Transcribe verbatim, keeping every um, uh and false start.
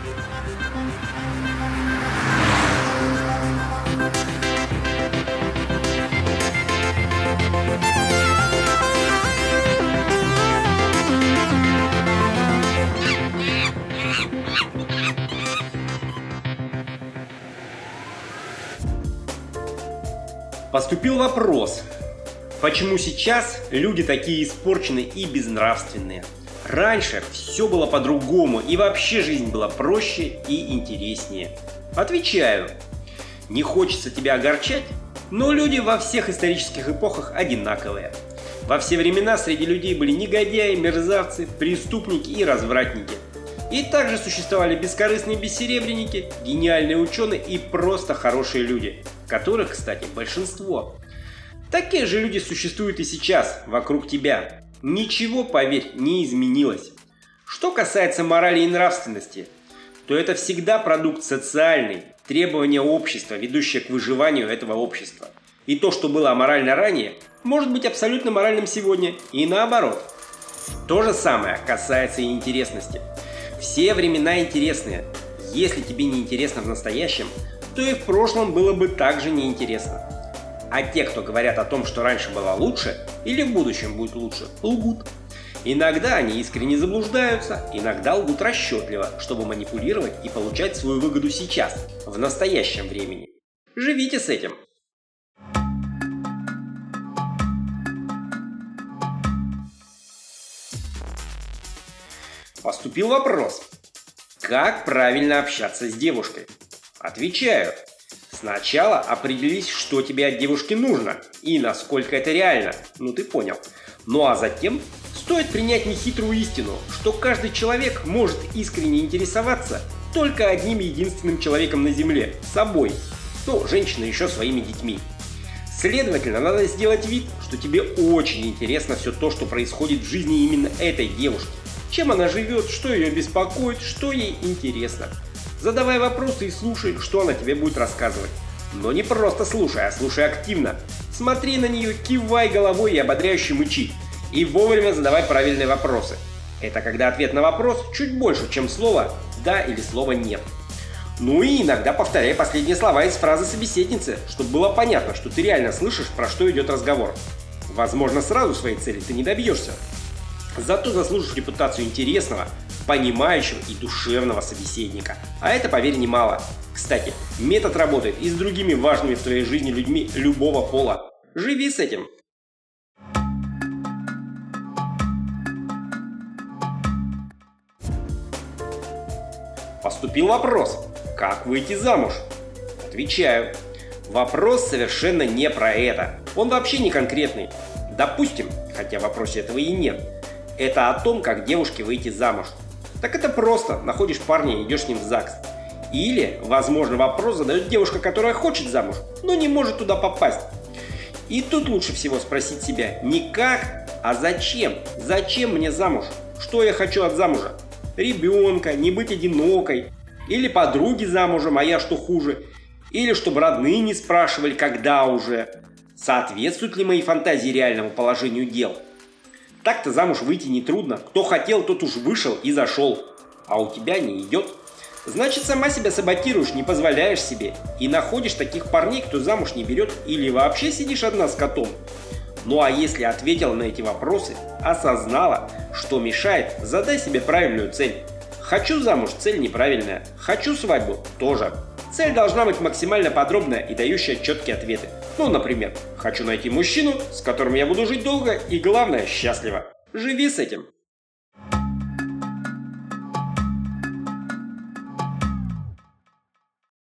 Поступил вопрос, почему сейчас люди такие испорченные и безнравственные? Раньше все было по-другому, и вообще жизнь была проще и интереснее. Отвечаю, не хочется тебя огорчать, но люди во всех исторических эпохах одинаковые. Во все времена среди людей были негодяи, мерзавцы, преступники и развратники. И также существовали бескорыстные бессеребренники, гениальные ученые и просто хорошие люди, которых, кстати, большинство. Такие же люди существуют и сейчас, вокруг тебя. Ничего, поверь, не изменилось. Что касается морали и нравственности, то это всегда продукт социальный, требования общества, ведущие к выживанию этого общества. И то, что было аморально ранее, может быть абсолютно моральным сегодня, и наоборот. То же самое касается и интересности. Все времена интересные. Если тебе не интересно в настоящем, то и в прошлом было бы также неинтересно. А те, кто говорят о том, что раньше было лучше или в будущем будет лучше, лгут. Иногда они искренне заблуждаются, иногда лгут расчетливо, чтобы манипулировать и получать свою выгоду сейчас, в настоящем времени. Живите с этим. Поступил вопрос, как правильно общаться с девушкой? Отвечаю, сначала определись, что тебе от девушки нужно и насколько это реально, ну ты понял. Ну а затем стоит принять нехитрую истину, что каждый человек может искренне интересоваться только одним единственным человеком на земле – собой, ну, женщина еще своими детьми. Следовательно, надо сделать вид, что тебе очень интересно все то, что происходит в жизни именно этой девушки. Чем она живет, что ее беспокоит, что ей интересно. Задавай вопросы и слушай, что она тебе будет рассказывать. Но не просто слушай, а слушай активно. Смотри на нее, кивай головой и ободряюще мычи. И вовремя задавай правильные вопросы. Это когда ответ на вопрос чуть больше, чем слово «да» или слово «нет». Ну и иногда повторяй последние слова из фразы собеседницы, чтобы было понятно, что ты реально слышишь, про что идет разговор. Возможно, сразу своей цели ты не добьешься. Зато заслужишь репутацию интересного, понимающего и душевного собеседника. А это, поверь, немало. Кстати, метод работает и с другими важными в твоей жизни людьми любого пола. Живи с этим. Поступил вопрос, как выйти замуж? Отвечаю, вопрос совершенно не про это. Он вообще не конкретный. Допустим, хотя в вопросе этого и нет. Это о том, как девушке выйти замуж. Так это просто. Находишь парня и идешь с ним в ЗАГС. Или, возможно, вопрос задает девушка, которая хочет замуж, но не может туда попасть. И тут лучше всего спросить себя не как, а зачем? Зачем мне замуж? Что я хочу от замужа? Ребенка, не быть одинокой? Или подруги замужем, а я что хуже? Или чтобы родные не спрашивали, когда уже? Соответствуют ли мои фантазии реальному положению дел? Так-то замуж выйти нетрудно. Кто хотел, тот уж вышел и зашел. А у тебя не идет. Значит, сама себя саботируешь, не позволяешь себе. И находишь таких парней, кто замуж не берет, или вообще сидишь одна с котом. Ну а если ответила на эти вопросы, осознала, что мешает, задай себе правильную цель. Хочу замуж – цель неправильная. Хочу свадьбу – тоже. Цель должна быть максимально подробная и дающая четкие ответы. Ну, например, хочу найти мужчину, с которым я буду жить долго и, главное, счастливо. Живи с этим.